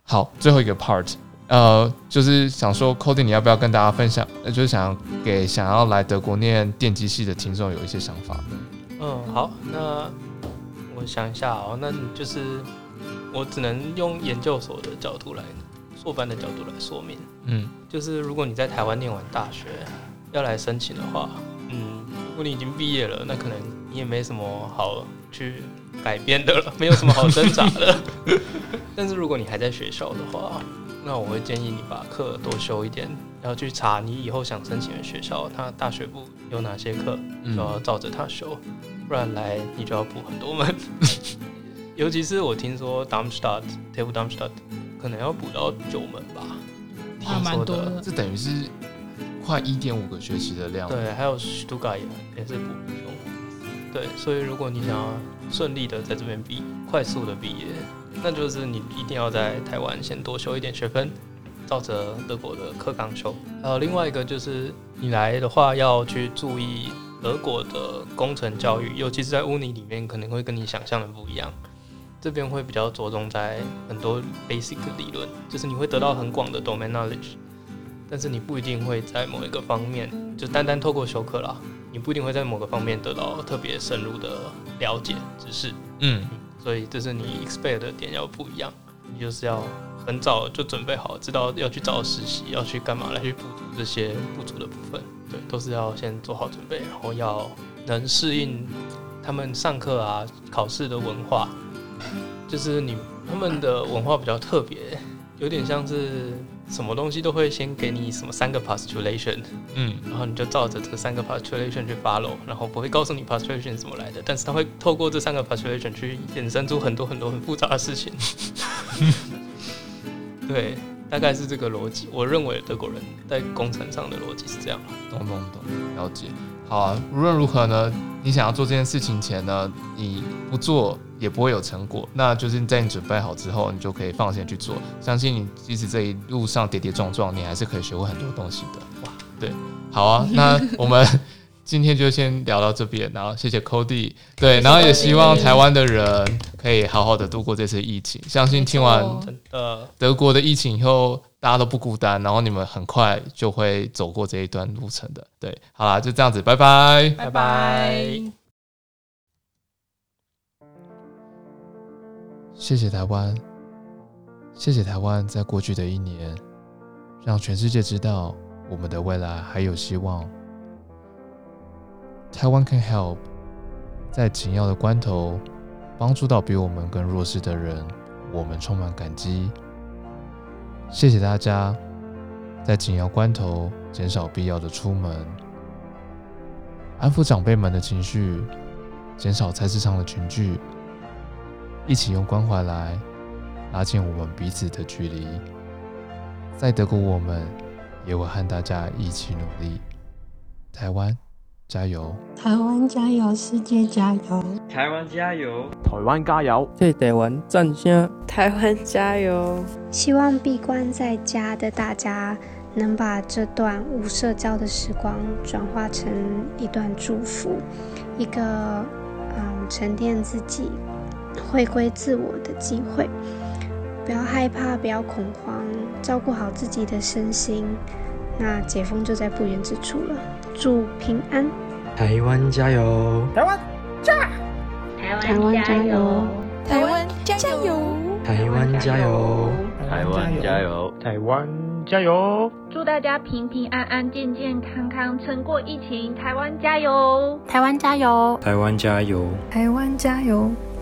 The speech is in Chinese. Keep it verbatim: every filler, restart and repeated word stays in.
好，最后一个 part， 呃，就是想说 Cody 你要不要跟大家分享，呃、就是想给想要来德国念电机系的听众有一些想法。 嗯，好，那我想一下哦，那就是我只能用研究所的角度来，硕班的角度来说明。嗯，就是如果你在台湾念完大学要来申请的话，嗯，如果你已经毕业了，那可能你也没什么好去改变的了，没有什么好挣扎的。但是如果你还在学校的话，那我会建议你把课多修一点，要去查你以后想申请的学校，它大学部有哪些课，就要照着它修，不然来你就要补很多门。尤其是我听说 Darmstadt T U Darmstadt 可能要补到九门吧， 还蛮多的， 这等于是快一点五个学期的量。 对，还有 Stuttgart 也也是补修。对，所以如果你想要顺利的在这边毕，快速的毕业，那就是你一定要在台湾先多修一点学分，照着德国的课纲修。还有另外一个就是你来的话要去注意德国的工程教育，尤其是在 Uni 里面可能会跟你想象的不一样。这边会比较着重在很多 basic 的理论，就是你会得到很广的 domain knowledge， 但是你不一定会在某一个方面，就单单透过修课啦，你不一定会在某个方面得到特别深入的了解知识。嗯，所以这是你 expect 的点要不一样，你就是要很早就准备好，知道要去找实习，要去干嘛来去补足这些不足的部分。对，都是要先做好准备，然后要能适应他们上课啊、考试的文化。就是你他们的文化比较特别，有点像是什么东西都会先给你什么三个 postulation， 嗯，然后你就照着这三个 postulation 去 follow， 然后不会告诉你 postulation 是怎么来的，但是他会透过这三个 postulation 去衍生出很多很多很复杂的事情。对，大概是这个逻辑。我认为德国人在工程上的逻辑是这样。 懂懂懂，了解。好啊，无论如何呢，你想要做这件事情前呢，你不做也不会有成果。那就是在你准备好之后，你就可以放心去做。相信你，即使这一路上跌跌撞撞，你还是可以学会很多东西的。哇，对，好啊，那我们今天就先聊到这边，然后谢谢 Cody， 对，然后也希望台湾的人可以好好的度过这次疫情。相信听完德国的疫情以后，大家都不孤单，然后你们很快就会走过这一段路程的。对，好啦，就这样子，拜拜， 拜拜。 谢谢台湾，谢谢台湾在过去的一年，让全世界知道我们的未来还有希望。台湾 can help， 在紧要的关头帮助到比我们更弱势的人，我们充满感激。谢谢大家，在紧要关头减少必要的出门，安抚长辈们的情绪，减少菜市场的群聚，一起用关怀来拉近我们彼此的距离。在德国，我们也会和大家一起努力。台湾加油！ 台湾加油！世界加油！ 台湾加油！ 台湾加油！ 替台湾赞声！ 台湾加油！ 希望闭关在家的大家能把这段无社交的时光转化成一段祝福，一个嗯沉淀自己、回归自我的机会。不要害怕，不要恐慌，照顾好自己的身心。那解封就在不远之处了，祝平安！ 台湾加油！ 台湾加！ 台湾加油！ 台湾加油！ 台湾加油！ 台湾加油！ 台湾加油！ 祝大家平平安安、健健康康，撑过疫情！台湾加油！ 台湾加油！ 台湾加油！ 台湾加油！